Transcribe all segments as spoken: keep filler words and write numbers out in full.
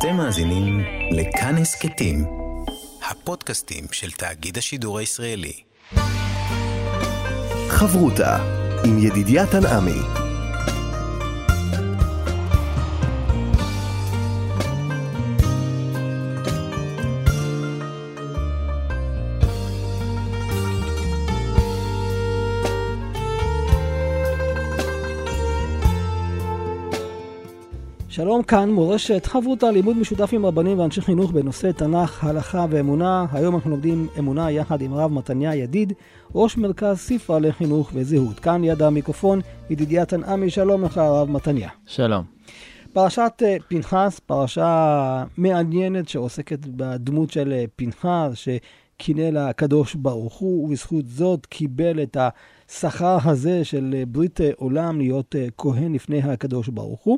אתם מאזינים לכאן הסכתים, הפודקאסטים של תאגיד השידור הישראלי. חברותה עם ידידיה תנעמי. שלום, כאן מורשת חברותה, לימוד משותף עם רבנים ואנשי חינוך בנושא תנ"ך, הלכה ואמונה. היום אנחנו לומדים אמונה יחד עם רב מתניה ידיד, ראש מרכז ספרא לחינוך וזהות. כאן ליד המיקרופון ידידיה תנעמי. שלום לך רב מתניה. שלום. פרשת פנחס, פרשה מעניינת שעוסקת בדמות של פנחס שכינה לקדוש ברוך הוא, ובזכות זאת קיבל את השכר הזה של ברית עולם להיות כהן לפני הקדוש ברוך הוא.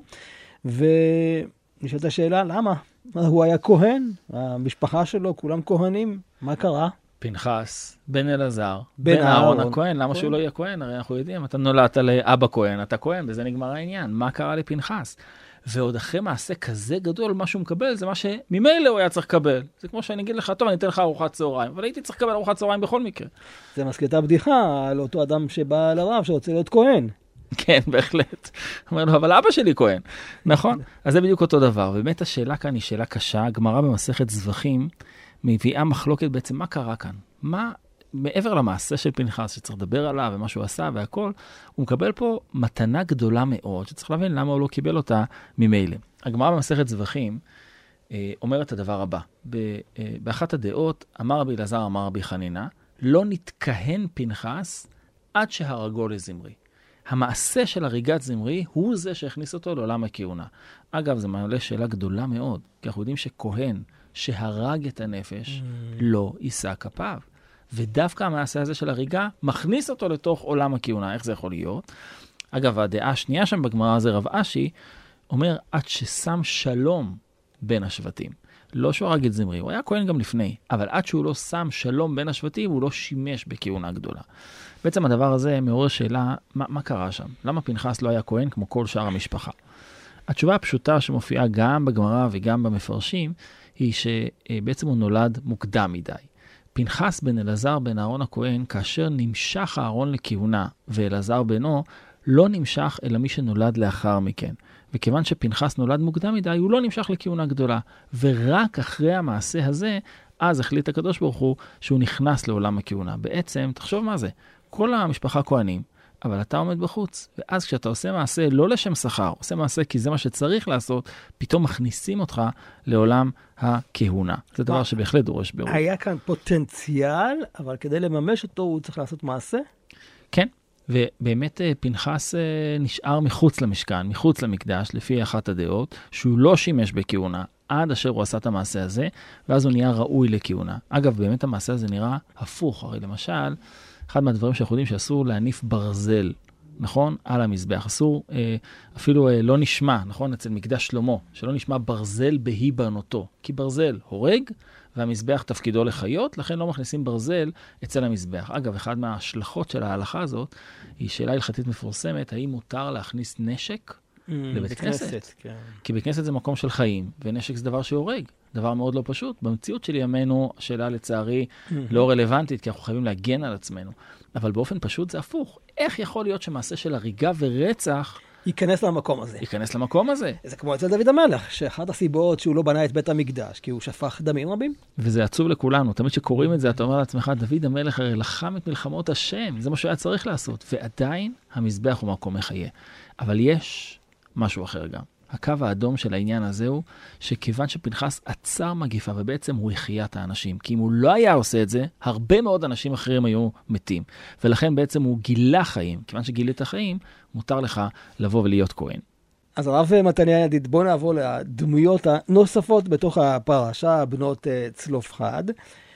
ונשאלת השאלה, למה? הוא היה כהן, המשפחה שלו, כולם כהנים, מה קרה? פנחס, בן אלעזר, בן אהרון הכהן, למה שהוא לא יהיה כהן? הרי אנחנו יודעים, אתה נולדת לאבא כהן, אתה כהן, בזה נגמר העניין. מה קרה לפנחס? ועוד אחרי מעשה כזה גדול, מה שהוא מקבל, זה מה שממילא הוא היה צריך לקבל. זה כמו שאני אגיד לך, טוב, אני אתן לך ארוחת צהריים, אבל הייתי צריך לקבל ארוחת צהריים בכל מקרה. זה מזכירה בדיחה על אותו אדם שבא לרב שרוצה להיות כהן. כן, בהחלט. אומר לו, אבל אבא שלי כהן. נכון? אז זה בדיוק אותו דבר. ובאמת השאלה כאן היא שאלה קשה. הגמרא במסכת זבחים מביאה מחלוקת בעצם מה קרה כאן. מה, מעבר למעשה של פנחס שצריך לדבר עליו ומה שהוא עשה והכל, הוא מקבל פה מתנה גדולה מאוד, שצריך להבין למה הוא לא קיבל אותה ממילא. הגמרא במסכת זבחים אה, אומרת הדבר הבא. ב, אה, באחת הדעות, אמר רבי אלעזר, אמר רבי חנינא, לא נתכהן פנחס עד שהרגו לזמרי. המעשה של הריגת זמרי הוא זה שהכניס אותו לעולם הכהונה. אגב, זה מעלה שאלה גדולה מאוד, כי אנחנו יודעים שכהן שהרג את הנפש mm. לא יישא כפיו. ודווקא המעשה הזה של הריגה מכניס אותו לתוך עולם הכהונה. איך זה יכול להיות? אגב, הדעה השנייה שם בגמרא זה רב אשי, אומר עד ששם שלום בין השבטים. לא שהוא הרג את זמרי, הוא היה כהן גם לפני, אבל עד שהוא לא שם שלום בין השבטים, הוא לא שימש בכהונה גדולה. בעצם הדבר הזה מעורר שאלה, מה, מה קרה שם? למה פנחס לא היה כהן כמו כל שאר המשפחה? התשובה הפשוטה שמופיעה גם בגמרא וגם במפרשים, היא שבעצם הוא נולד מוקדם מדי. פנחס בן אלעזר בן אהרון הכהן, כאשר נמשך אהרון לכהונה, ואלעזר בנו, לא נמשך אלא מי שנולד לאחר מכן. וכיוון שפנחס נולד מוקדם מדי, הוא לא נמשך לכהונה גדולה. ורק אחרי המעשה הזה, אז החליט הקדוש ברוך הוא שהוא נכנס לעולם הכהונה. בעצם, תחשוב מה זה. כל המשפחה כהנים, אבל אתה עומד בחוץ. ואז כשאתה עושה מעשה לא לשם שכר, עושה מעשה כי זה מה שצריך לעשות, פתאום מכניסים אותך לעולם הכהונה. זה דבר שבהחלט דורש בירור. היה כאן פוטנציאל, אבל כדי לממש אותו הוא צריך לעשות מעשה? כן. ובאמת פנחס נשאר מחוץ למשכן, מחוץ למקדש, לפי אחת הדעות, שהוא לא שימש בכהונה, עד אשר הוא עשה את המעשה הזה, ואז הוא נהיה ראוי לכהונה. אגב, באמת המעשה הזה נראה הפוך. הרי למשל, אחד מהדברים שאנחנו יודעים שאסור להניף ברזל, נכון? על המזבח. אסור, אפילו לא נשמע, נכון? אצל מקדש שלמה, שלא נשמע ברזל בהיבנותו. כי ברזל הורג, והמזבח תפקידו לחיות, לכן לא מכניסים ברזל אצל המזבח. אגב, אחד מההשלכות של ההלכה הזאת, היא שאלה הלכתית מפורסמת, האם מותר להכניס נשק mm, לבית כנסת? כנסת כן. כי בית כנסת זה מקום של חיים, ונשק זה דבר שהורג. דבר מאוד לא פשוט. במציאות של ימינו, השאלה לצערי mm-hmm. לא רלוונטית, כי אנחנו חייבים להגן על עצמנו. אבל באופן פשוט זה הפוך. איך יכול להיות שמעשה של הריגה ורצח ייכנס למקום הזה. ייכנס למקום הזה. זה כמו אצל דוד המלך, שאחת הסיבות שהוא לא בנה את בית המקדש, כי הוא שפך דמים רבים. וזה עצוב לכולנו. תמיד שקוראים את זה, אתה אומר לעצמך, דוד המלך הרי לחם את מלחמות השם. זה מה שהוא היה צריך לעשות. ועדיין המזבח הוא מקום מחיה. אבל יש משהו אחר גם. הקו האדום של העניין הזה הוא שכיוון שפנחס עצר מגיפה ובעצם הוא החיה את האנשים. כי אם הוא לא היה עושה את זה, הרבה מאוד אנשים אחרים היו מתים. ולכן בעצם הוא גילה חיים. כיוון שגילית החיים, מותר לך לבוא ולהיות כהן. אז הרב מתניה ידיד, בוא נעבור לדמויות הנוספות בתוך הפרשה, בנות צלופחד,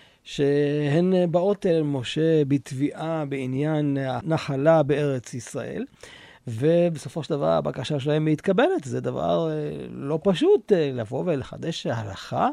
שהן באות אל משה בתביעה בעניין הנחלה בארץ ישראל. ובסופו של דבר הבקשה שלהם מתקבלת. זה דבר לא פשוט לבוא ולחדש הלכה.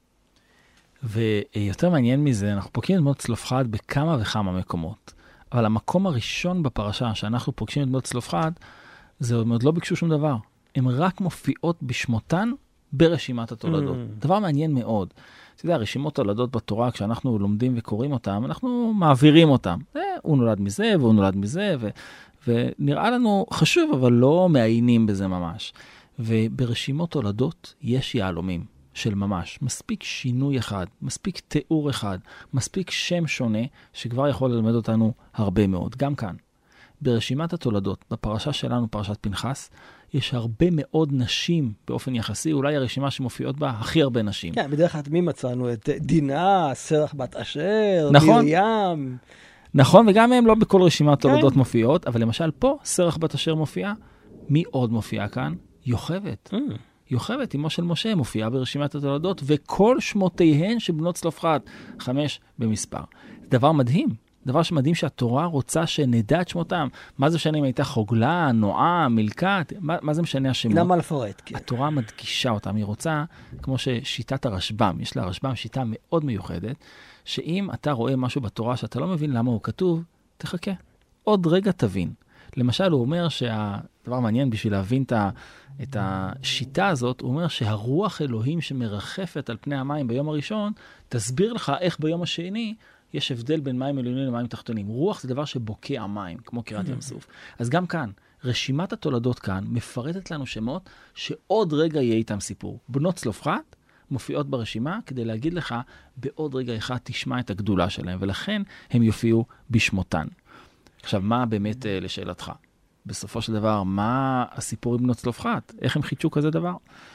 ויותר מעניין מזה, אנחנו פוגשים את בנות צלופחד בכמה וכמה מקומות. אבל המקום הראשון בפרשה שאנחנו פוגשים את בנות צלופחד, זה עוד לא ביקשו שום דבר. הן רק מופיעות בשמותן ברשימת התולדות. Mm. דבר מעניין מאוד. אתה יודע, רשימות תולדות בתורה, כשאנחנו לומדים וקוראים אותם, אנחנו מעבירים אותם. אה, הוא נולד מזה והוא נולד מזה, ו... ונראה לנו חשוב, אבל לא מעיינים בזה ממש. וברשימות תולדות יש יעלומים של ממש. מספיק שינוי אחד, מספיק תיאור אחד, מספיק שם שונה, שכבר יכול ללמד אותנו הרבה מאוד. גם כאן, ברשימת התולדות, בפרשה שלנו, פרשת פנחס, יש הרבה מאוד נשים באופן יחסי, אולי הרשימה שמופיעות בה הכי הרבה נשים. כן, בדרך כלל מי מצאנו? את דינה, סרח בת אשר, נכון. מרים. נכון, וגם הם לא בכל רשימת תולדות כן. מופיעות, אבל למשל פה, סרח בת אשר מופיעה. מי עוד מופיעה כאן? יוכבד. Mm. יוכבד, אמו של משה, מופיעה ברשימת התולדות, וכל שמותיהן שבנות צלופחד, חמש במספר. דבר מדהים. דבר שמדהים שהתורה רוצה שנדע את שמותם. מה זה משנה אם הייתה חוגלה, נועה, מלכת? מה, מה זה משנה השמות? למה לפרט? כן. התורה מדגישה אותם. היא רוצה, כמו ששיטת הרשב"ם, יש לה רשב"ם שיטה מאוד מיוחדת, שאם אתה רואה משהו בתורה שאתה לא מבין למה הוא כתוב, תחכה. עוד רגע תבין. למשל, הוא אומר שהדבר מעניין בשביל להבין את, ה, את השיטה הזאת, הוא אומר שהרוח אלוהים שמרחפת על פני המים ביום הראשון, תסביר לך איך ביום השני יש הבדל בין מים עליונים למים תחתונים. רוח זה דבר שבוקע מים, כמו קירת ים סוף. אז גם כאן, רשימת התולדות כאן מפרטת לנו שמות שעוד רגע יהיה איתם סיפור. בנות צלופחד מופיעות ברשימה כדי להגיד לך, בעוד רגע אחד תשמע את הגדולה שלהם, ולכן הם יופיעו בשמותן. עכשיו, מה באמת לשאלתך? בסופו של דבר, מה הסיפור עם בנות צלופחד? איך הם חידשו כזה דבר?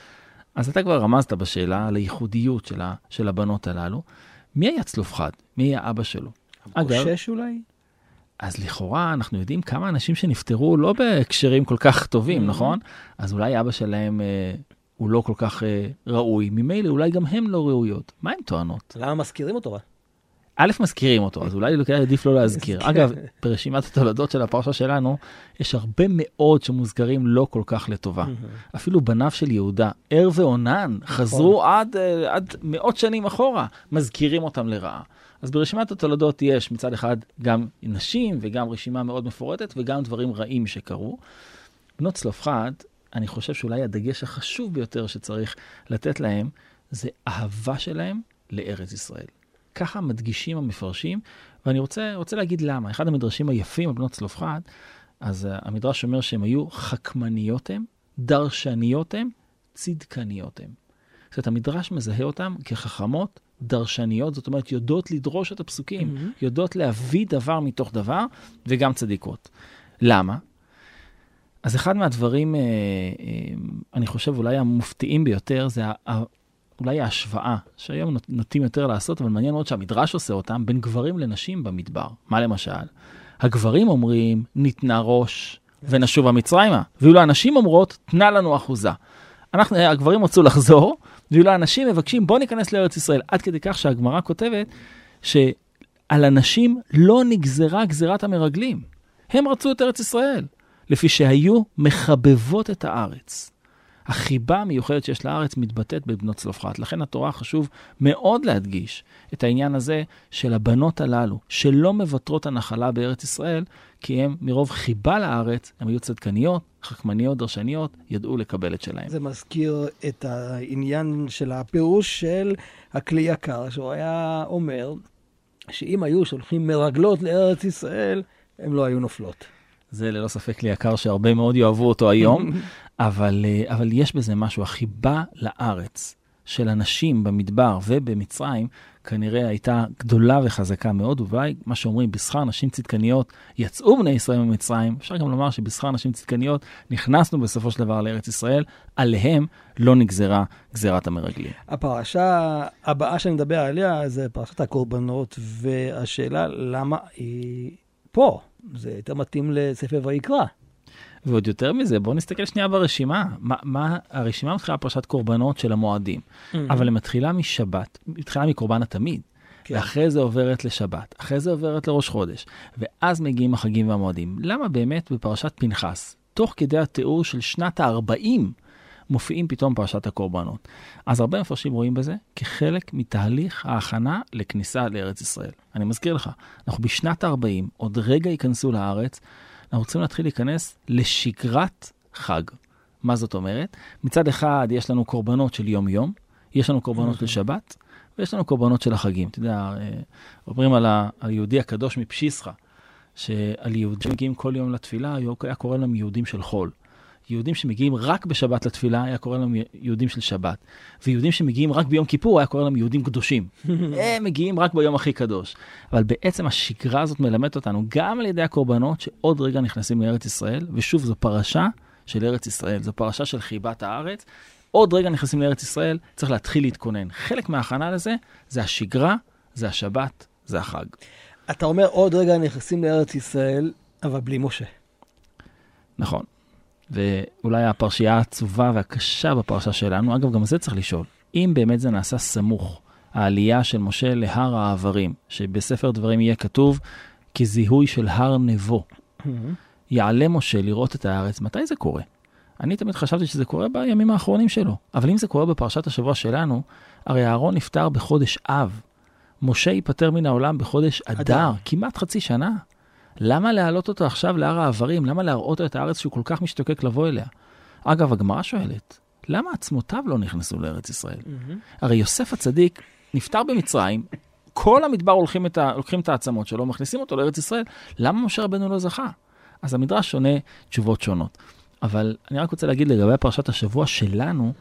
אז אתה כבר רמזת בשאלה על הייחודיות של, ה, של הבנות הללו. מי היה צלופחד? מי היה אבא שלו? בושש אולי? אז לכאורה אנחנו יודעים כמה אנשים שנפטרו לא בהקשרים כל כך טובים, נכון? אז אולי אבא שלהם אה, הוא לא כל כך אה, ראוי. ממילא אולי גם הם לא ראויות. מה הם טוענות? למה מזכירים אותו? א', מזכירים אותו, אז אולי כדאי עדיף לא להזכיר. אגב, ברשימת התולדות של הפרשה שלנו, יש הרבה מאוד שמוזכרים לא כל כך לטובה. אפילו בניו של יהודה, ער ועונן, חזרו עד, עד מאות שנים אחורה, מזכירים אותם לרעה. אז ברשימת התולדות יש מצד אחד גם נשים, וגם רשימה מאוד מפורטת, וגם דברים רעים שקרו. בנות צלופחד, אני חושב שאולי הדגש החשוב ביותר שצריך לתת להם, זה אהבה שלהם לארץ ישראל. ככה מדגישים המפרשים, ואני רוצה, רוצה להגיד למה. אחד המדרשים היפים על בנות צלופחד, אז uh, המדרש אומר שהם היו חכמניות הם, דרשניות הם, צדקניות הם. זאת אומרת, המדרש מזהה אותם כחכמות, דרשניות, זאת אומרת, יודעות לדרוש את הפסוקים, mm-hmm. יודעות להביא דבר מתוך דבר, וגם צדיקות. למה? אז אחד מהדברים, אה, אה, אני חושב אולי המופתיים ביותר, זה ה... אולי ההשוואה, שהיום נוטים יותר לעשות, אבל מעניין מאוד שהמדרש עושה אותם, בין גברים לנשים במדבר. מה למשל? הגברים אומרים, ניתנה ראש ונשובה מצרימה, ואילו הנשים אומרות, תנה לנו אחוזה. אנחנו, הגברים רוצו לחזור, ואילו הנשים מבקשים, בוא ניכנס לארץ ישראל. עד כדי כך שהגמרא כותבת, שעל הנשים לא נגזרה גזירת המרגלים. הם רצו את ארץ ישראל, לפי שהיו מחבבות את הארץ. החיבה המיוחדת שיש לארץ מתבטאת בבנות צלופחד. לכן התורה חשוב מאוד להדגיש את העניין הזה של הבנות הללו, שלא מבטרות הנחלה בארץ ישראל, כי הם מרוב חיבה לארץ, הם היו צדקניות, חכמניות, דרשניות, ידעו לקבל את שלהם. זה מזכיר את העניין של הפירוש של הכלי יקר, שהוא היה אומר שאם היו שולחים מרגלות לארץ ישראל, הם לא היו נופלות. זה ללא ספק לי יקר שהרבה מאוד יאהבו אותו היום, אבל, אבל יש בזה משהו, החיבה לארץ של אנשים במדבר ובמצרים, כנראה הייתה גדולה וחזקה מאוד, ובאי, מה שאומרים, בשכר נשים צדקניות יצאו בני ישראל ממצרים, אפשר גם לומר שבשכר נשים צדקניות נכנסנו בסופו של דבר לארץ ישראל, עליהם לא נגזרה גזירת המרגלים. הפרשה הבאה שאני מדבר עליה זה פרשת הקורבנות, והשאלה למה היא פה? זה יותר מתאים לספר ויקרא. ועוד יותר מזה, בואו נסתכל שנייה ברשימה. מה, מה, הרשימה מתחילה פרשת קורבנות של המועדים, mm-hmm. אבל היא מתחילה משבת, מתחילה מקורבן התמיד, כן. ואחרי זה עוברת לשבת, אחרי זה עוברת לראש חודש, ואז מגיעים החגים והמועדים. למה באמת בפרשת פנחס, תוך כדי התיאור של שנת ה-ארבעים, מופיעים פתאום פרשת הקורבנות? אז הרבה מפרשים רואים בזה כחלק מתהליך ההכנה לכניסה לארץ ישראל. אני מזכיר לך, אנחנו בשנת ה-ארבעים, עוד רגע ייכנסו לארץ, אנחנו צריכים להתחיל להיכנס לשגרת חג. מה זאת אומרת? מצד אחד יש לנו קורבנות של יום-יום, יש לנו קורבנות של שבת, ויש לנו קורבנות של החגים. אתה יודע, אומרים על היהודי הקדוש מפשיסחה, שעל יהודים שמגיעים כל יום לתפילה, היה קורא להם יהודים של חול. יהודים שמגיעים רק בשבת לתפילה, היה קורא להם יהודים של שבת. ויהודים שמגיעים רק ביום כיפור, היה קורא להם יהודים קדושים. הם מגיעים רק ביום הכי קדוש. אבל בעצם השגרה הזאת מלמדת אותנו, גם על ידי הקורבנות, שעוד רגע נכנסים לארץ ישראל, ושוב, זו פרשה של ארץ ישראל, זו פרשה של חיבת הארץ. עוד רגע נכנסים לארץ ישראל, צריך להתחיל להתכונן. חלק מההכנה לזה, זה השגרה, זה השבת, זה החג. אתה אומר, עוד רגע נכנסים לארץ ישראל, אבל בלי משה. נכון. ואולי הפרשייה העצובה והקשה בפרשה שלנו, אגב, גם זה צריך לשאול. אם באמת זה נעשה סמוך, העלייה של משה להר העברים, שבספר דברים יהיה כתוב, כזיהוי של הר נבו. יעלה משה לראות את הארץ, מתי זה קורה? אני תמיד חשבתי שזה קורה בימים האחרונים שלו. אבל אם זה קורה בפרשת השבוע שלנו, הרי אהרון נפטר בחודש אב. משה ייפטר מן העולם בחודש אדר, כמעט חצי שנה. למה להעלות אותו עכשיו להר העברים? למה להראות את הארץ שהוא כל כך משתוקק לבוא אליה? אגב, הגמרא שואלת, למה עצמותיו לא נכנסו לארץ ישראל? Mm-hmm. הרי יוסף הצדיק נפטר במצרים, כל המדבר הולכים את ה... לוקחים את העצמות שלו, מכניסים אותו לארץ ישראל. למה משה רבנו לא זכה? אז המדרש שונה תשובות שונות. אבל אני רק רוצה להגיד לגבי פרשת השבוע שלנו,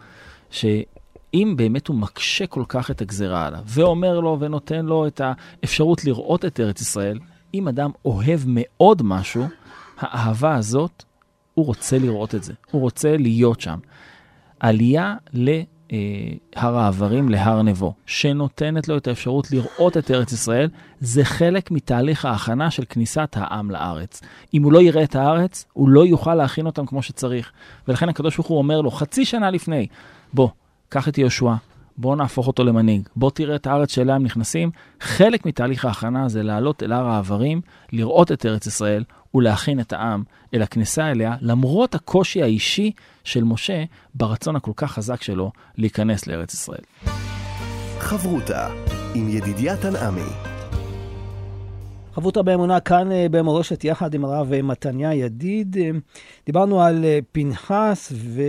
שאם באמת הוא מקשה כל כך את הגזרה עליו, ואומר לו ונותן לו את האפשרות לראות את ארץ ישראל, אם אדם אוהב מאוד משהו, האהבה הזאת, הוא רוצה לראות את זה. הוא רוצה להיות שם. עלייה להר העברים, להר נבו, שנותנת לו את האפשרות לראות את ארץ ישראל, זה חלק מתהליך ההכנה של כניסת העם לארץ. אם הוא לא יראה את הארץ, הוא לא יוכל להכין אותם כמו שצריך. ולכן הקדוש ברוך הוא אומר לו, חצי שנה לפני, בוא, קח את יהושע, בוא נהפוך אותו למנהיג, בוא תראה את הארץ שאליה הם נכנסים. חלק מתהליך ההכנה זה לעלות אל הר העברים, לראות את ארץ ישראל ולהכין את העם אל הכניסה אליה, למרות הקושי האישי של משה ברצון הכל כך חזק שלו להיכנס לארץ ישראל. חברותה עם ידידיה תנעמי. חברותה באמונה כאן במורשת יחד עם הרב מתניה ידיד. דיברנו על פנחס ו...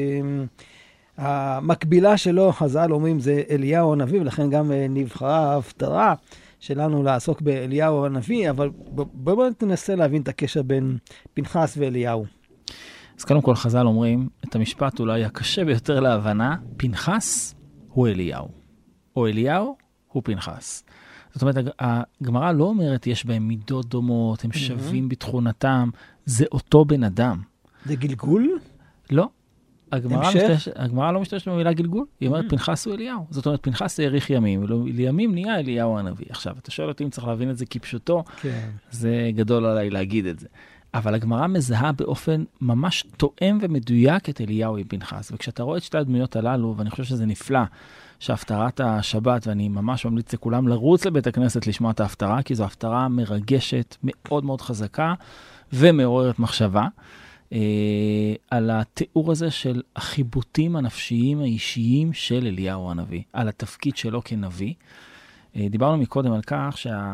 המקבילה שלו, חז"ל אומרים, זה אליהו הנביא, ולכן גם נבחרה ההפטרה שלנו לעסוק באליהו הנביא, אבל בואו ננסה להבין את הקשר בין פנחס ואליהו. אז קודם כל חז"ל אומרים, את המשפט אולי הקשה ביותר להבנה, פנחס הוא אליהו, או אליהו הוא פנחס. זאת אומרת, הגמרא לא אומרת, יש בהם מידות דומות, הם שווים בתכונתם, זה אותו בן אדם. זה גלגול? לא. הגמרא, משתש... הגמרא לא משתמשת במילה גלגול, היא אומרת פנחס הוא אליהו. זאת אומרת, פנחס האריך ימים, לימים נהיה אליהו הנביא. עכשיו, אתה שואל אותי אם צריך להבין את זה כפשוטו, כן. זה גדול עליי להגיד את זה. אבל הגמרא מזהה באופן ממש תואם ומדויק את אליהו עם פנחס. וכשאתה רואה את שתי הדמויות הללו, ואני חושב שזה נפלא, שהפטרת השבת, ואני ממש ממליץ לכולם לרוץ לבית הכנסת לשמוע את ההפטרה, כי זו הפטרה מרגשת, מאוד מאוד חזקה, ומעוררת מחשבה. Uh, על התיאור הזה של החיבוטים הנפשיים האישיים של אליהו הנביא, על התפקיד שלו כנביא. Uh, דיברנו מקודם על כך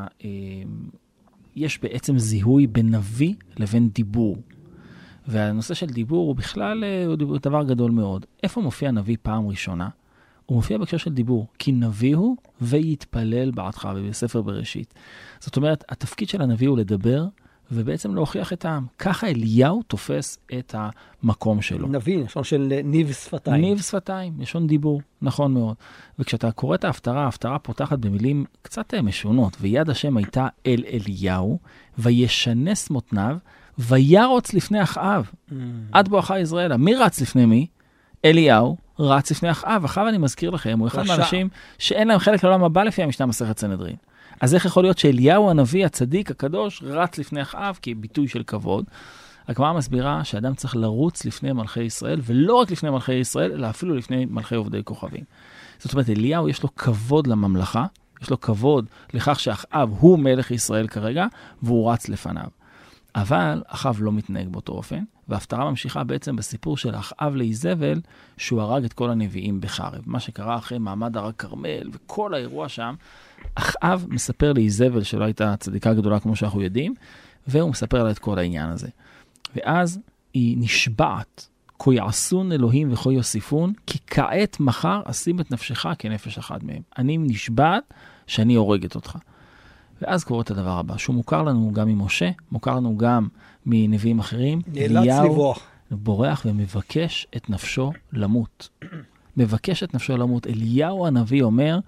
שיש uh, בעצם זיהוי בין נביא לבין דיבור. והנושא של דיבור הוא בכלל uh, הוא דבר גדול מאוד. איפה מופיע נביא פעם ראשונה? הוא מופיע בהקשר של דיבור, כי נביא הוא ויתפלל בעדך, בספר בראשית. זאת אומרת, התפקיד של הנביא הוא לדבר, ובעצם להוכיח את העם. ככה אליהו תופס את המקום שלו. נביא, לשון של ניב שפתיים. ניב שפתיים, לשון דיבור, נכון מאוד. וכשאתה קורא את ההפטרה, ההפטרה פותחת במילים קצת משונות, ויד השם הייתה אל אליהו, וישנס מותניו, וירוץ לפני אחאב. Mm. עד בואכה יזרעאלה. מי רץ לפני מי? אליהו רץ לפני אחאב. אחאב, אני מזכיר לכם, הוא אחד מהאנשים שאין להם חלק לעולם הבא לפי המשנה מסכת סנהדרין. אז איך יכול להיות שאליהו הנביא, הצדיק, הקדוש, רץ לפני אחאב כביטוי של כבוד? הגמרא מסבירה שאדם צריך לרוץ לפני מלכי ישראל, ולא רק לפני מלכי ישראל, אלא אפילו לפני מלכי עובדי כוכבים. זאת אומרת, אליהו יש לו כבוד לממלכה, יש לו כבוד לכך שאחאב הוא מלך ישראל כרגע, והוא רץ לפניו. אבל אחאב לא מתנהג באותו אופן, וההפטרה ממשיכה בעצם בסיפור של אחאב לאיזבל, שהוא הרג את כל הנביאים בחרב. מה שקרה אחרי מעמד הר הכרמל, וכל האירוע שם, אחאב מספר לאיזבל שלא הייתה צדיקה גדולה כמו שאנחנו יודעים, והוא מספר לה את כל העניין הזה. ואז היא נשבעת, כה יעשון אלוהים וכה יוסיפון, כי כעת מחר אשים את נפשך כנפש אחד מהם. אני נשבעת שאני הורגת אותך. ואז קורה את הדבר הבא, שהוא מוכר לנו גם ממשה, מוכר לנו גם מנביאים אחרים. נאלץ לברוח. בורח ומבקש את נפשו למות. מבקש את נפשו למות. אליהו הנביא אומר,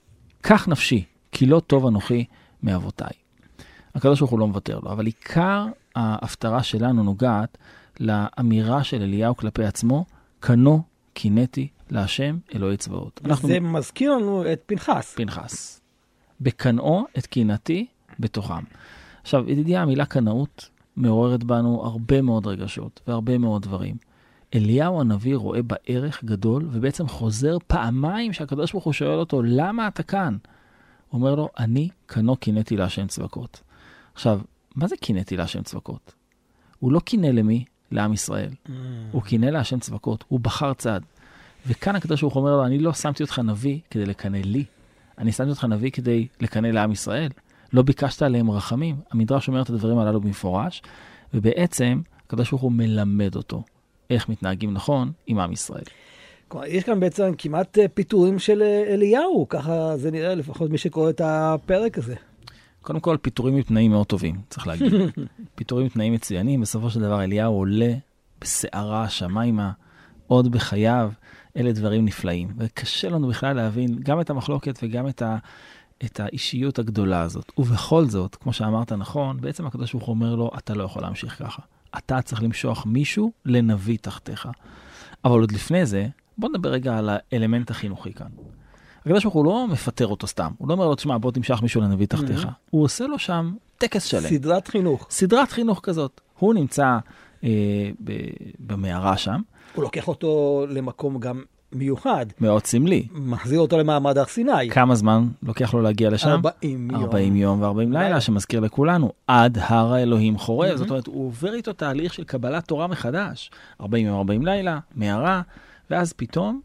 קח נפשי, כי לא טוב אנוכי מאבותיי. הקדוש ברוך הוא לא מוותר לו, אבל עיקר ההפטרה שלנו נוגעת לאמירה של אליהו כלפי עצמו, קנו קינאתי להשם אלוהי צבאות. אנחנו... זה מזכיר לנו את פנחס. פנחס. בקנאו את קינאתי בתוכם. עכשיו, ידידיה, המילה קנאות מעוררת בנו הרבה מאוד רגשות והרבה מאוד דברים. אליהו הנביא רואה בערך גדול, ובעצם חוזר פעמיים שהקדוש ברוך הוא שואל אותו, למה אתה כאן? הוא אומר לו, אני קנו קינאתי להשם צבאות. עכשיו, מה זה קינאתי להשם צבאות? הוא לא קינא למי? לעם ישראל. Mm. הוא קינא להשם צבאות, הוא בחר צד. וכאן הקדוש ברוך הוא אומר לו, אני לא שמתי אותך נביא כדי לקנא לי. אני שמתי אותך נביא כדי לקנא לעם ישראל. לא ביקשת עליהם רחמים. המדרש אומר את הדברים הללו במפורש, ובעצם הקדוש ברוך הוא מלמד אותו איך מתנהגים נכון עם עם ישראל. יש כאן בעצם כמעט פיתורים של אליהו, ככה זה נראה לפחות מי שקורא את הפרק הזה. קודם כל, פיתורים עם תנאים מאוד טובים, צריך להגיד. פיתורים עם תנאים מצוינים, בסופו של דבר אליהו עולה בסערה השמיימה, עוד בחייו, אלה דברים נפלאים. וקשה לנו בכלל להבין גם את המחלוקת וגם את, ה, את האישיות הגדולה הזאת. ובכל זאת, כמו שאמרת נכון, בעצם הקדוש ברוך הוא אומר לו, אתה לא יכול להמשיך ככה. אתה צריך למשוח מישהו לנביא תחתיך. אבל עוד לפני זה, בוא נדבר רגע על האלמנט החינוכי כאן. הקדוש ברוך הוא לא מפטר אותו סתם. הוא לא אומר לו, תשמע, בוא תמשח מישהו לנביא תחתיך. Mm-hmm. הוא עושה לו שם טקס שלם. סדרת חינוך. סדרת חינוך כזאת. הוא נמצא אה, במערה שם. הוא לוקח אותו למקום גם מיוחד. מאוד סמלי. מחזיר אותו למעמד הר סיני. כמה זמן לוקח לו להגיע לשם? ארבעים יום. ארבעים יום וארבעים לילה, שמזכיר לכולנו. עד הר האלוהים חורב. Mm-hmm. זאת אומרת, הוא עובר איתו תהליך של קבלת תורה מחדש. ארבעים יום, ארבעים לילה, מערה, ואז פתאום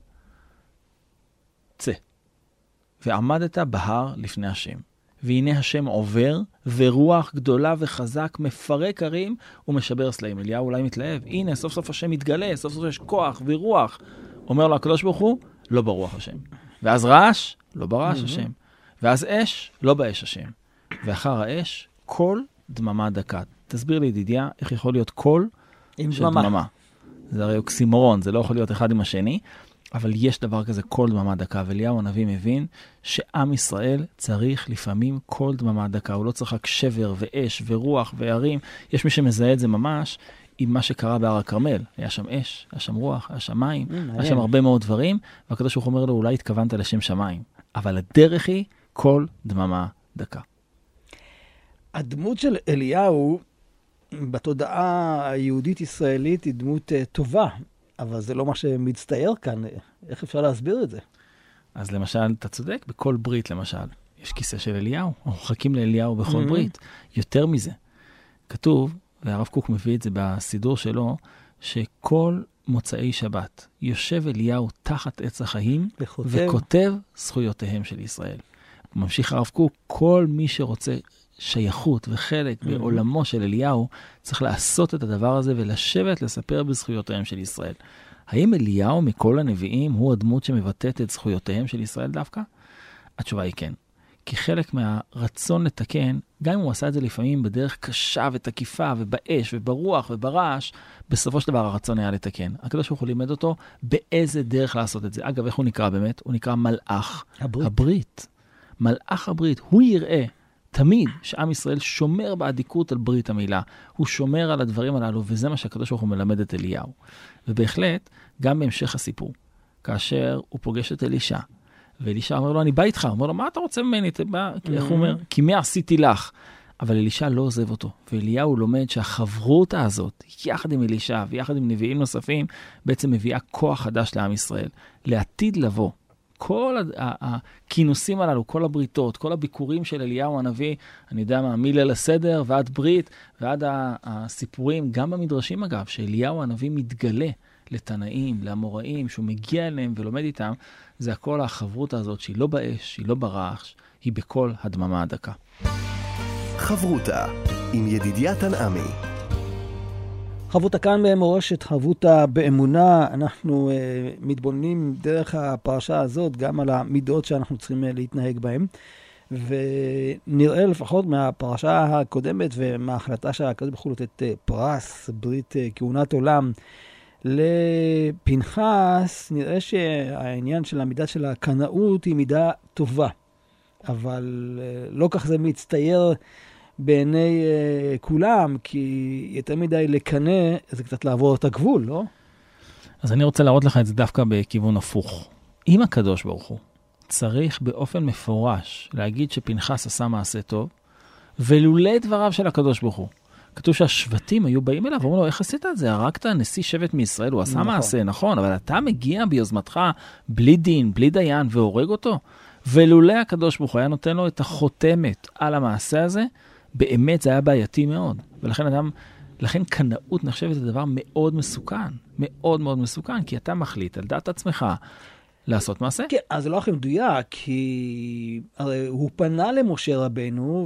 צא. ועמדת בהר לפני השם. והנה השם עובר, ורוח גדולה וחזק מפרק הרים ומשבר סלעים. אליהו אולי מתלהב. הנה, סוף סוף השם מתגלה, סוף סוף יש כוח ורוח. אומר לו הקדוש ברוך הוא, לא ברוח השם. ואז רעש, לא ברעש mm-hmm. השם. ואז אש, לא באש השם. ואחר האש, קול דממה דקה. תסביר לי, ידידיה, איך יכול להיות קול של דממה. דממה. זה הרי אוקסימורון, זה לא יכול להיות אחד עם השני. אבל יש דבר כזה, כל דממה דקה, ואליהו הנביא מבין שעם ישראל צריך לפעמים כל דממה דקה, הוא לא צריך רק שבר ואש ורוח והרים, יש מי שמזהה את זה ממש עם מה שקרה בהר הכרמל, היה שם אש, היה שם רוח, היה שם מים, mm, היה שם הרבה מאוד דברים, והקדוש ברוך הוא אומר לו, אולי התכוונת לשם שמיים, אבל הדרך היא כל דממה דקה. הדמות של אליהו בתודעה היהודית-ישראלית היא דמות טובה, אבל זה לא מה שמצטייר כאן. איך אפשר להסביר את זה? אז למשל, אתה צודק, בכל ברית למשל, יש כיסא של אליהו. אנחנו חכים לאליהו בכל mm-hmm. ברית. יותר מזה, כתוב, והרב קוק מביא את זה בסידור שלו, שכל מוצאי שבת יושב אליהו תחת עץ החיים, וכותב, וכותב זכויותיהם של ישראל. ממשיך הרב קוק, כל מי שרוצה שייכות וחלק mm-hmm. בעולמו של אליהו, צריך לעשות את הדבר הזה ולשבת לספר בזכויותיהם של ישראל. האם אליהו מכל הנביאים הוא הדמות שמבטאת את זכויותיהם של ישראל דווקא? התשובה היא כן. כי חלק מהרצון לתקן, גם אם הוא עשה את זה לפעמים בדרך קשה ותקיפה ובאש וברוח וברעש, בסופו של דבר הרצון היה לתקן. הקדוש ברוך הוא לימד אותו באיזה דרך לעשות את זה. אגב, איך הוא נקרא באמת? הוא נקרא מלאך הברית. הברית. מלאך הברית. הוא יראה תמיד שעם ישראל שומר בעדיקות על ברית המילה. הוא שומר על הדברים הללו, וזה מה שהקדוש ברוך הוא מלמד את אליהו. ובהחלט, גם בהמשך הסיפור, כאשר הוא פוגש את אלישע, ואלישע אומר לו, אני בא איתך. הוא אומר לו, מה אתה רוצה ממני? איך הוא אומר? כי מה עשיתי לך? אבל אלישע לא עוזב אותו. ואליהו לומד שהחברותה הזאת, יחד עם אלישע ויחד עם נביאים נוספים, בעצם מביאה כוח חדש לעם ישראל. לעתיד לבוא. כל הכינוסים הללו, כל הבריתות, כל הביקורים של אליהו הנביא, אני יודע מה, מילל הסדר ועד ברית, ועד הסיפורים, גם במדרשים אגב, שאליהו הנביא מתגלה לתנאים, לאמוראים, שהוא מגיע אליהם ולומד איתם, זה הכל החברות הזאת שהיא לא באש, שהיא לא ברעש, היא בכל הדממה הדקה. חברותה עם ידידיה תנעמי. חברותה כאן במורשת, חברותה באמונה. אנחנו uh, מתבוננים דרך הפרשה הזאת גם על המידות שאנחנו צריכים uh, להתנהג בהן. ונראה לפחות מהפרשה הקודמת ומההחלטה שהקדוש ברוך הוא לתת uh, פרס, ברית uh, כהונת עולם לפנחס, נראה שהעניין של המידה של הקנאות היא מידה טובה. אבל uh, לא כך זה מצטייר בעיני uh, כולם, כי יותר מדי לקנה, זה קצת לעבור את הגבול, לא? אז אני רוצה להראות לך את זה דווקא בכיוון הפוך. אם הקדוש ברוך הוא צריך באופן מפורש להגיד שפנחס עשה מעשה טוב, ולולא דבריו של הקדוש ברוך הוא, כתוב שהשבטים היו באים אליו, ואומרים לו, איך עשית את זה? הרגת נשיא שבט מישראל, הוא עשה נכון. מעשה, נכון, אבל אתה מגיע ביוזמתך בלי דין, בלי דיין, והורג אותו? ולולא הקדוש ברוך הוא היה נותן לו את החותמת על המעשה הזה, באמת זה היה בעייתי מאוד. ולכן אדם, לכן קנאות נחשבת לדבר מאוד מסוכן, מאוד מאוד מסוכן, כי אתה מחליט על דעת עצמך לעשות מעשה. כן, אז זה לא הכי מדויק, כי הרי הוא פנה למשה רבנו,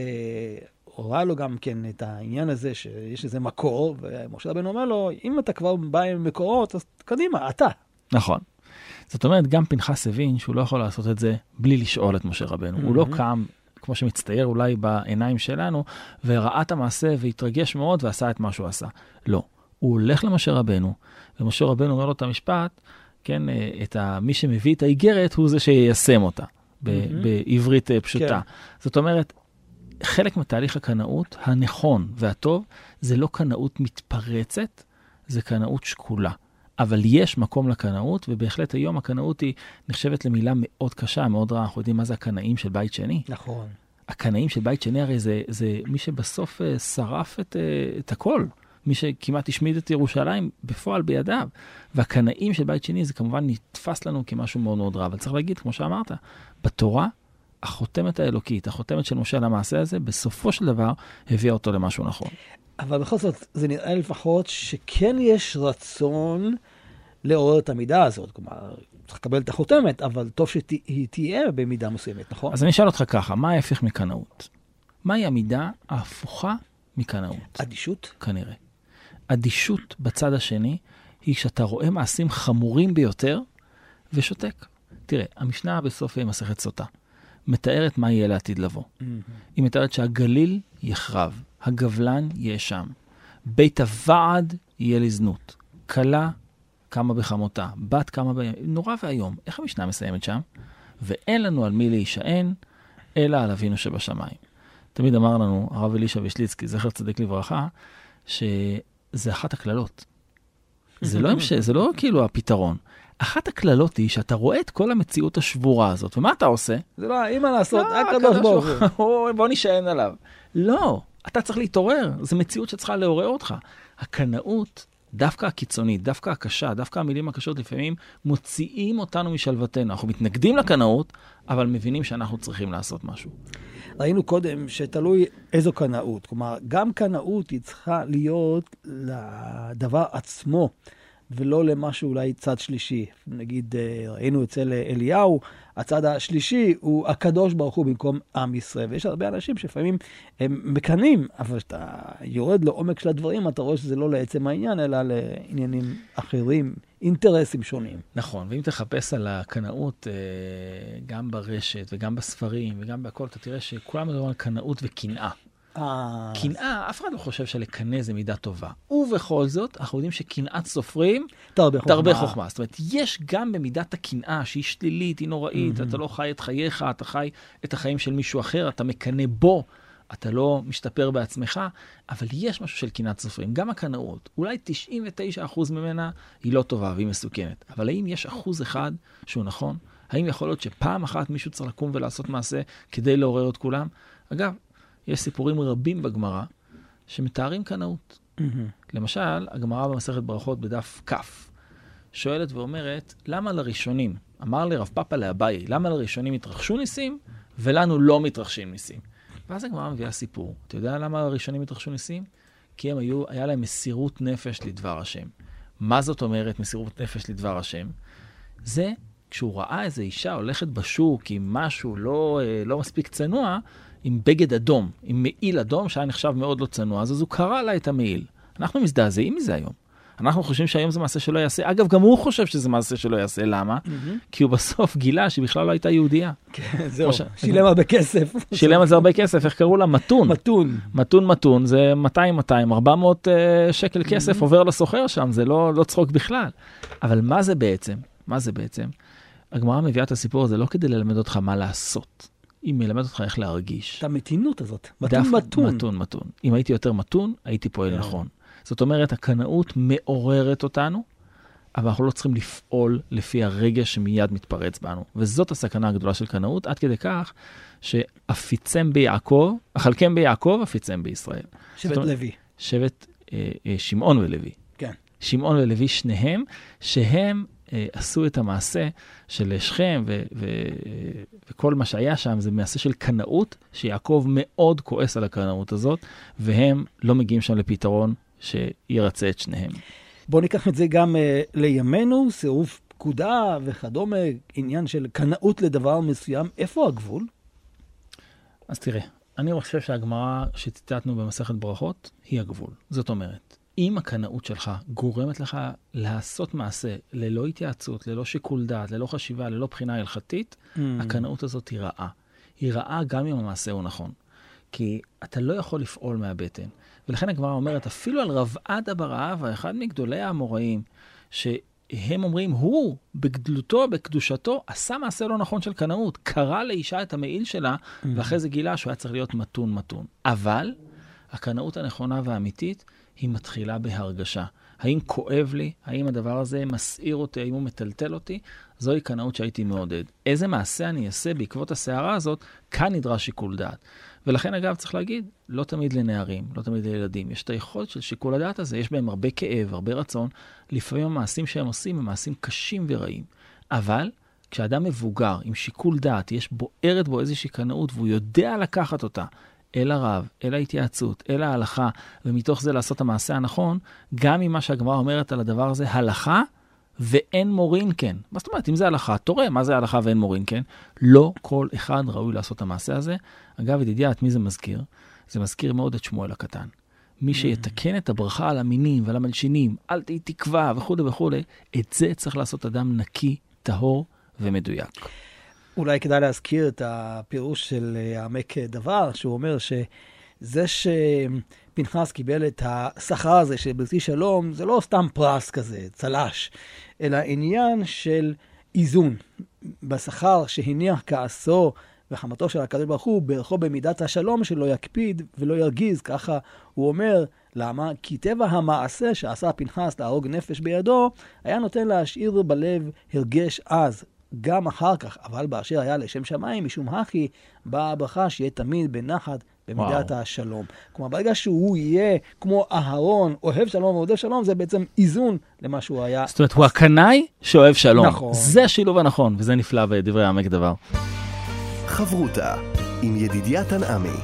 והוראה לו גם כן את העניין הזה, שיש איזה מקור, ומשה רבנו אומר לו, אם אתה כבר בא עם מקורות, אז קדימה, אתה. נכון. זאת אומרת, גם פנחס הבין שהוא לא יכול לעשות את זה בלי לשאול את משה רבנו. הוא לא קם, כמו שמצטייר אולי בעיניים שלנו, וראה את המעשה והתרגש מאוד ועשה את מה שהוא עשה. לא. הוא הולך למשה רבנו, ומשה רבנו אומר לו את המשפט, כן, את ה, מי שמביא את האיגרת הוא זה שיישם אותה, ב, בעברית פשוטה. זאת אומרת, חלק מתהליך הקנאות, הנכון והטוב, זה לא קנאות מתפרצת, זה קנאות שקולה. אבל יש מקום לקנאות, ובהחלט היום הקנאות היא נחשבת למילה מאוד קשה, מאוד רעה. אנחנו יודעים מה זה הקנאים של בית שני. נכון. הקנאים של בית שני הרי זה, זה מי שבסוף uh, שרף את, uh, את הכל. מי שכמעט השמיד את ירושלים בפועל בידיו. והקנאים של בית שני זה כמובן נתפס לנו כמשהו מאוד מאוד רע. אבל צריך להגיד, כמו שאמרת, בתורה, החותמת האלוקית, החותמת של משה על המעשה הזה, בסופו של דבר הביאה אותו למשהו נכון. אבל בכל זאת, זה נראה לפחות שכן יש רצון לעורר את המידה הזאת. כלומר, צריך לקבל את החותמת, אבל טוב שהיא תהיה במידה מסוימת, נכון? אז אני אשאל אותך ככה, מה ההפך מקנאות? מהי המידה ההפוכה מקנאות? אדישות? כנראה. אדישות בצד השני היא שאתה רואה מעשים חמורים ביותר ושותק. תראה, המשנה בסוף מסכת סוטה מתארת מה יהיה לעתיד לבוא. Mm-hmm. היא מתארת שהגליל יחרב, הגבלן יהיה שם, בית הוועד יהיה לזנות, כלה כמה בחמותה, בת כמה ב... נורא והיום. איך המשנה מסיימת שם? ואין לנו על מי להישען, אלא על אבינו שבשמיים. תמיד אמר לנו, הרב אלישע וישליצקי, זכר צדיק לברכה, שזה אחת הכללות. זה לא, זה לא כאילו הפתרון. אחת הכללות היא שאתה רואה את כל המציאות השבורה הזאת, ומה אתה עושה? זה לא, אין מה לעשות, הקדוש ברוך הוא. בוא נשען עליו. לא, אתה צריך להתעורר, זו מציאות שצריכה לעורר אותך. הקנאות, דווקא הקיצונית, דווקא הקשה, דווקא המילים הקשות לפעמים, מוציאים אותנו משלוותנו. אנחנו מתנגדים לקנאות, אבל מבינים שאנחנו צריכים לעשות משהו. ראינו קודם שתלוי איזו קנאות. כלומר, גם קנאות היא צריכה להיות לדבר עצמו, ולא למשהו אולי צד שלישי. נגיד, ראינו אצל אליהו, הצד השלישי הוא הקדוש ברוך הוא במקום עם ישראל. ויש הרבה אנשים שלפעמים הם מקנים, אבל כשאתה יורד לעומק של הדברים, אתה רואה שזה לא לעצם העניין, אלא לעניינים אחרים, אינטרסים שונים. נכון, ואם תחפש על הקנאות, גם ברשת וגם בספרים וגם בהכל, אתה תראה שכולם מדברים על קנאות וקנאה. קנאה, אף אחד לא חושב שלקנא זה מידה טובה. ובכל זאת, אנחנו יודעים שקנאת סופרים, תרבה חוכמה. זאת אומרת, יש גם במידת הקנאה שהיא שלילית, היא נוראית, אתה לא חי את חייך, אתה חי את החיים של מישהו אחר, אתה מקנא בו, אתה לא משתפר בעצמך, אבל יש משהו של קנאת סופרים. גם הקנאות, אולי תשעים ותשעה אחוז ממנה היא לא טובה והיא מסוכנת. אבל האם יש אחוז אחד שהוא נכון? האם יכול להיות שפעם אחת מישהו צריך לקום ולעשות מעשה כדי לעורר את כולם? אגב, יש סיפורים רבים בגמרא שמתארים קנאות. Mm-hmm. למשל, הגמרא במסכת ברכות בדף כף, שואלת ואומרת, למה לראשונים, אמר לרב פאפא לאביי, למה לראשונים התרחשו ניסים ולנו לא מתרחשים ניסים? ואז הגמרא מביאה סיפור. אתה יודע למה לראשונים התרחשו ניסים? כי הם היו, היה להם מסירות נפש לדבר השם. מה זאת אומרת מסירות נפש לדבר השם? זה כשהוא ראה איזו אישה הולכת בשוק עם משהו לא, לא מספיק צנוע, עם בגד אדום, עם מעיל אדום, שהיה נחשב מאוד לא צנוע, אז הוא קרא לה את המעיל. אנחנו מזדעזעים מזה היום. אנחנו חושבים שהיום זה מעשה שלא יעשה. אגב, גם הוא חושב שזה מעשה שלא יעשה. למה? כי הוא בסוף גילה שבכלל לא הייתה יהודייה. כן, זהו. שילם הרבה כסף. שילם על זה הרבה כסף. איך קראו לה? מתון. מתון. מתון, מתון. זה מאתיים, מאתיים, ארבע מאות שקל כסף עובר לסוחר שם. זה לא צחוק בכלל. אבל מה זה בעצם? מה זה בעצם? הגמרא מביאה את הסיפור הזה לא כדי ללמד אותך מה לעשות. היא מלמד אותך איך להרגיש. את המתינות הזאת. מתון, מתון. מתון, מתון. אם הייתי יותר מתון, הייתי פועל נכון. זאת אומרת, הקנאות מעוררת אותנו, אבל אנחנו לא צריכים לפעול לפי הרגש שמיד מתפרץ בנו. וזאת הסכנה הגדולה של קנאות, עד כדי כך שאפיצם ביעקב, החלקם ביעקב, אפיצם בישראל. שבט אומרת, לוי. שבט אה, אה, שמעון ולוי. כן. שמעון ולוי שניהם, שהם אה, עשו את המעשה של שכם, ו- ו- וכל מה שהיה שם זה מעשה של קנאות, שיעקב מאוד כועס על הקנאות הזאת, והם לא מגיעים שם לפתרון, שירצה את שניהם. בואו ניקח את זה גם uh, לימינו, סירוב פקודה וכדומה, עניין של קנאות לדבר מסוים. איפה הגבול? אז תראה, אני חושב שהגמרא שציטטנו במסכת ברכות היא הגבול. זאת אומרת, אם הקנאות שלך גורמת לך לעשות מעשה ללא התייעצות, ללא שיקול דעת, ללא חשיבה, ללא בחינה הלכתית, mm. הקנאות הזאת היא רעה. היא רעה גם אם המעשה הוא נכון. כי אתה לא יכול לפעול מהבטן. ולכן הגמרא אומרת, אפילו על רב עדה בר אהבה, אחד מגדולי האמוראים, שהם אומרים, הוא בגדלותו, בקדושתו, עשה מעשה לא נכון של קנאות, קרא לאישה את המעיל שלה, mm-hmm. ואחרי זה גילה שהוא היה צריך להיות מתון מתון. אבל הקנאות הנכונה והאמיתית, היא מתחילה בהרגשה. האם כואב לי? האם הדבר הזה מסעיר אותי? האם הוא מטלטל אותי? זוהי קנאות שהייתי מעודד. איזה מעשה אני אעשה בעקבות הסערה הזאת? כאן נדרש שיקול דעת. ולכן, אגב, צריך להגיד, לא תמיד לנערים, לא תמיד לילדים. יש את היכולת של שיקול הדעת הזה, יש בהם הרבה כאב, הרבה רצון. לפעמים המעשים שהם עושים הם מעשים קשים ורעים. אבל כשאדם מבוגר, עם שיקול דעת, יש בוערת בו איזושהי קנאות, והוא יודע לקחת אותה אל הרב, אל ההתייעצות, אל ההלכה, ומתוך זה לעשות המעשה הנכון, גם עם מה שהגמרא אומרת על הדבר הזה, הלכה ואין מורין כן. מה זאת אומרת? אם זה הלכה, תורה, מה זה הלכה ואין מורין כן? לא כל אחד ראוי לעשות המעשה הזה. אגב, ידידיה, את מי זה מזכיר? זה מזכיר מאוד את שמואל הקטן. מי שיתקן את הברכה על המינים ועל המלשינים, אל תהי תקווה וכו' וכו', את זה צריך לעשות אדם נקי, טהור ומדויק. אולי כדאי להזכיר את הפירוש של העמק דבר, שהוא אומר שזה שפנחס קיבל את השכר הזה של בריתי שלום, זה לא סתם פרס כזה, צלש, אלא עניין של איזון. בשכר שהניח כעסו וחמתו של הקדוש ברוך הוא, ברכו במידת השלום שלא יקפיד ולא ירגיז, ככה הוא אומר. למה? כי טבע המעשה שעשה פנחס להרוג נפש בידו, היה נותן להשאיר בלב הרגש אז, גם אחר כך, אבל באשר היה לשם שמיים, משום הכי, באה הברכה שיהיה תמיד בנחת במידת וואו. השלום. כלומר, ברגע שהוא יהיה כמו אהרון, אוהב שלום ואוהב שלום, זה בעצם איזון למה שהוא היה. זאת אומרת, הוא הקנאי שאוהב שלום. נכון. זה השילוב הנכון, וזה נפלא בדברי העמק דבר. חברותה עם ידידיה תנעמי.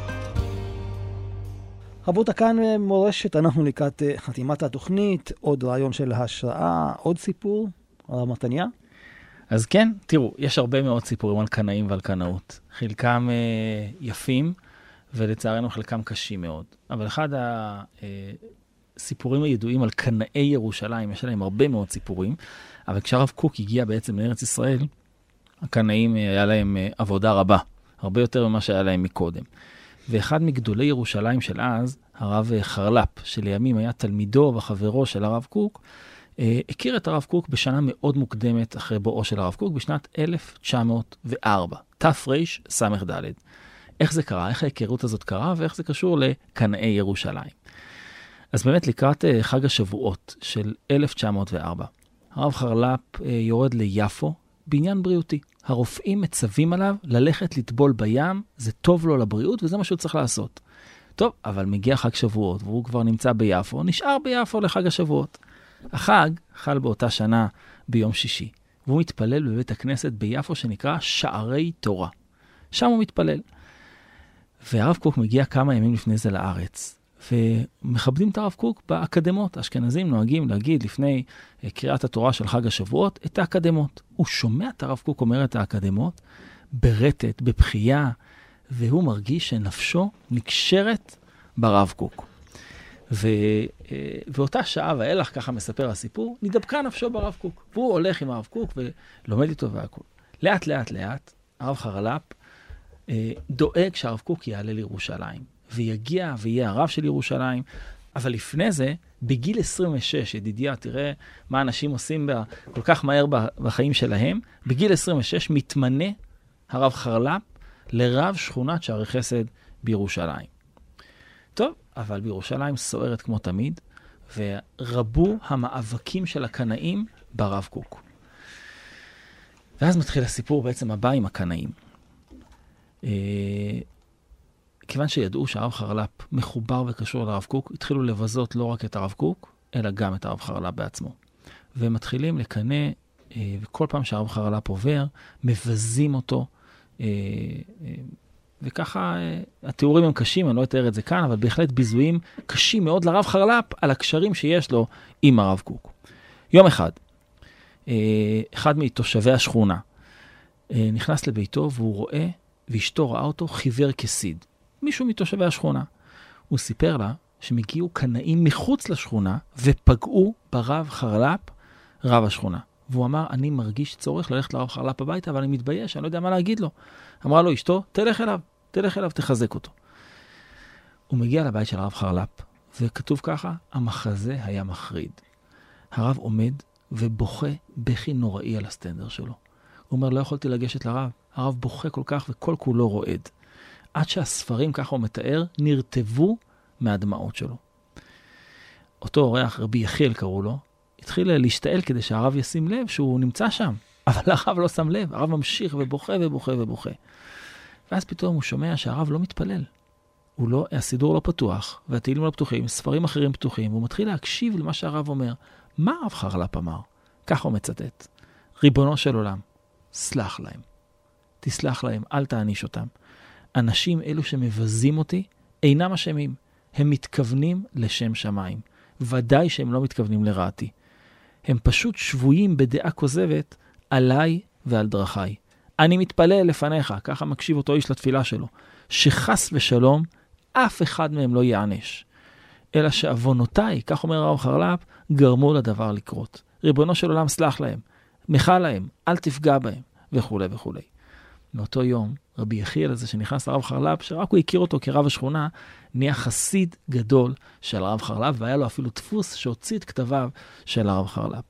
חברותה כאן מורשת, אנחנו לקראת חתימת התוכנית, עוד רעיון של השראה, עוד סיפור, הרב מתניה. אז כן, תראו, יש הרבה מאוד סיפורים על קנאים ועל קנאות. חלקם אה, יפים, ולצערנו חלקם קשים מאוד. אבל אחד הסיפורים הידועים על קנאי ירושלים, יש להם הרבה מאוד סיפורים, אבל כשהרב קוק הגיע בעצם לארץ ישראל, הקנאים היה להם עבודה רבה, הרבה יותר ממה שהיה להם מקודם. ואחד מגדולי ירושלים של אז, הרב חרל"פ, שלימים היה תלמידו וחברו של הרב קוק, הכיר את הרב קוק בשנה מאוד מוקדמת אחרי בואו של הרב קוק, בשנת אלף תשע מאות וארבע, תר"ש ס"ד. איך זה קרה? איך ההיכרות הזאת קרה? ואיך זה קשור לקנאי ירושלים? אז באמת לקראת חג השבועות של אלף תשע מאות וארבע, הרב חרל"פ יורד ליפו בעניין בריאותי. הרופאים מצווים עליו ללכת לטבול בים, זה טוב לו לבריאות וזה מה שהוא צריך לעשות. טוב, אבל מגיע חג שבועות והוא כבר נמצא ביפו, נשאר ביפו לחג השבועות. החג חל באותה שנה ביום שישי, והוא מתפלל בבית הכנסת ביפו שנקרא שערי תורה. שם הוא מתפלל. והרב קוק מגיע כמה ימים לפני זה לארץ, ומכבדים את הרב קוק באקדמות. האשכנזים נוהגים להגיד לפני קריאת התורה של חג השבועות את האקדמות. הוא שומע את הרב קוק אומר את האקדמות ברטט, בבחייה, והוא מרגיש שנפשו נקשרת ברב קוק. ו, ואותה שעה ואילך, ככה מספר הסיפור, נדבקה נפשו ברב קוק. והוא הולך עם הרב קוק ולומד איתו והכל. לאט, לאט, לאט, הרב חרל"פ דואג שהרב קוק יעלה לירושלים, ויגיע ויהיה הרב של ירושלים, אבל לפני זה, בגיל עשרים ושש, ידידיה, תראה מה אנשים עושים בה, כל כך מהר בחיים שלהם, בגיל עשרים ושש מתמנה הרב חרל"פ לרב שכונת שערי חסד בירושלים. טוב, אבל בירושלים סוערת כמו תמיד, ורבו המאבקים של הקנאים ברב קוק. ואז מתחיל הסיפור בעצם הבא עם הקנאים. כיוון שידעו שהרב חרל"פ מחובר וקשור לרב קוק, התחילו לבזות לא רק את הרב קוק, אלא גם את הרב חרל"פ בעצמו. והם מתחילים לקנא, וכל פעם שהרב חרל"פ עובר, מבזים אותו, וככה התיאורים הם קשים, אני לא אתאר את זה כאן, אבל בהחלט ביזויים קשים מאוד לרב חרל"פ על הקשרים שיש לו עם הרב קוק. יום אחד, אחד מתושבי השכונה נכנס לביתו והוא רואה, ואשתו ראה אותו חיוור כסיד. מישהו מתושבי השכונה. הוא סיפר לה שמגיעו קנאים מחוץ לשכונה ופגעו ברב חרל"פ, רב השכונה. והוא אמר, אני מרגיש צורך ללכת לרב חרל"פ הביתה, אבל אני מתבייש, אני לא יודע מה להגיד לו. אמרה לו אשתו, תלך אליו, תלך אליו, תחזק אותו. הוא מגיע לבית של הרב חרל"פ, וכתוב ככה, המחזה היה מחריד. הרב עומד ובוכה בכי נוראי על הסטנדר שלו. הוא אומר, לא יכולתי לגשת לרב. הרב בוכה כל כך וכל כולו רועד. עד שהספרים, ככה הוא מתאר, נרטבו מהדמעות שלו. אותו אורח, רבי יחיאל קראו לו, התחיל להשתעל כדי שהרב ישים לב שהוא נמצא שם. אבל הרב לא שם לב. הרב ממשיך ובוכה ובוכה ובוכה. ואז פתאום הוא שומע שהרב לא מתפלל. הוא לא, הסידור לא פתוח, והתהילים לא פתוחים, ספרים אחרים פתוחים, והוא מתחיל להקשיב למה שהרב אומר. מה הרב חרל"פ אמר? ככה הוא מצטט. ריבונו של עולם, סלח להם. תסלח להם, אל תעניש אותם. אנשים אלו שמבזים אותי אינם אשמים. הם מתכוונים לשם שמיים. ודאי שהם לא מתכוונים לרעתי. הם פשוט שבויים בדעה כוזבת עליי ועל דרכיי. אני מתפלל לפניך, ככה מקשיב אותו איש לתפילה שלו, שחס ושלום אף אחד מהם לא יענש. אלא שאבונותיי, כך אומר הרב חרל"פ, גרמו לדבר לקרות. ריבונו של עולם סלח להם, מחל להם, אל תפגע בהם, וכו' וכו'. מאותו יום, רבי יחיאל הזה שנכנס לרב חרל"פ, שרק הוא הכיר אותו כרב השכונה, נהיה חסיד גדול של הרב חרל"פ, והיה לו אפילו דפוס שהוציא את כתביו של הרב חרל"פ.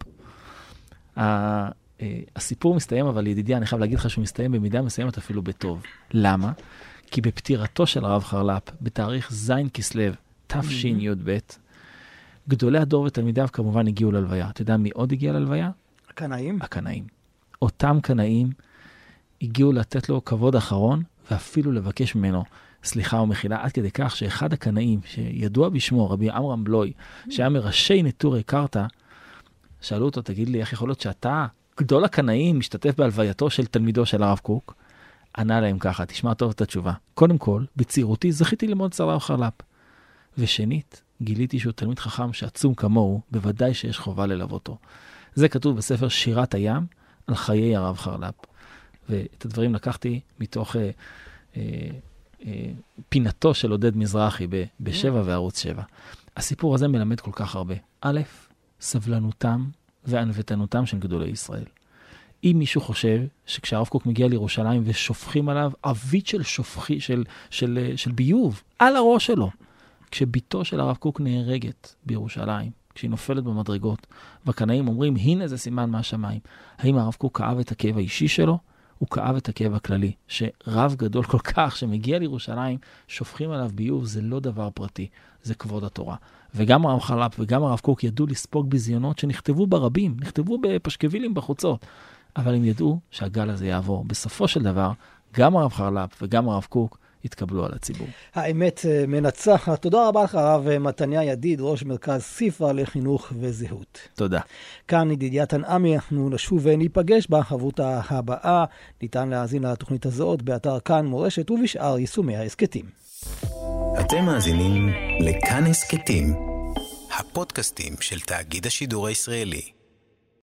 הסיפור מסתיים, אבל ידידיה, אני חייב להגיד לך שהוא מסתיים במידה מסוימת אפילו בטוב. למה? כי בפטירתו של הרב חרל"פ, בתאריך ז' כסלו, תשי"ב, גדולי הדור ותלמידיו כמובן הגיעו ללוויה. אתה יודע מי עוד הגיע ללוויה? הקנאים. הקנאים. אותם קנאים הגיעו לתת לו כבוד אחרון, ואפילו לבקש ממנו סליחה ומחילה, עד כדי כך שאחד הקנאים, שידוע בשמו, רבי עמרם בלוי, שהיה מראשי נטורי קרתא, שאלו אותו, תגיד לי, איך יכול להיות שאתה, גדול הקנאים, משתתף בהלווייתו של תלמידו של הרב קוק? ענה להם ככה, תשמע טוב את התשובה. קודם כל, בצעירותי זכיתי ללמוד אצל הרב חרל"פ. ושנית, גיליתי שהוא תלמיד חכם שעצום כמוהו, בוודאי שיש חובה ללוותו. זה כתוב בספר שירת הים על חיי הרב חרל"פ. ואת הדברים לקחתי מתוך אה, אה, אה, פינתו של עודד מזרחי ב- בשבע וערוץ שבע. הסיפור הזה מלמד כל כך הרבה. א', סבלנותם וענוותנותם של גדולי ישראל. אם מישהו חושב שכשהרב קוק מגיע לירושלים ושופכים עליו עבית של שופכי, של, של, של ביוב על הראש שלו, כשביתו של הרב קוק נהרגת בירושלים, כשהיא נופלת במדרגות, והקנאים אומרים, הנה זה סימן מהשמיים. האם הרב קוק כאב את הכאב האישי שלו? הוא כאב את הכאב הכללי, שרב גדול כל כך שמגיע לירושלים, שופכים עליו ביוב, זה לא דבר פרטי, זה כבוד התורה. וגם הרב חרל"פ וגם הרב קוק ידעו לספוג בזיונות שנכתבו ברבים, נכתבו בפשקווילים בחוצות, אבל הם ידעו שהגל הזה יעבור. בסופו של דבר, גם הרב חרל"פ וגם הרב קוק התקבלו על הציבור. האמת מנצחת. תודה רבה לך, הרב מתניה ידיד, ראש מרכז ספרא לחינוך וזהות. תודה. כאן ידידיה תנעמי, אנחנו נשוב וניפגש בחברותה הבאה. ניתן להאזין לתוכנית הזאת באתר כאן מורשת ובשאר יישומי ההסכתים. אתם מאזינים לכאן הסכתים, הפודקאסטים של תאגיד השידור הישראלי.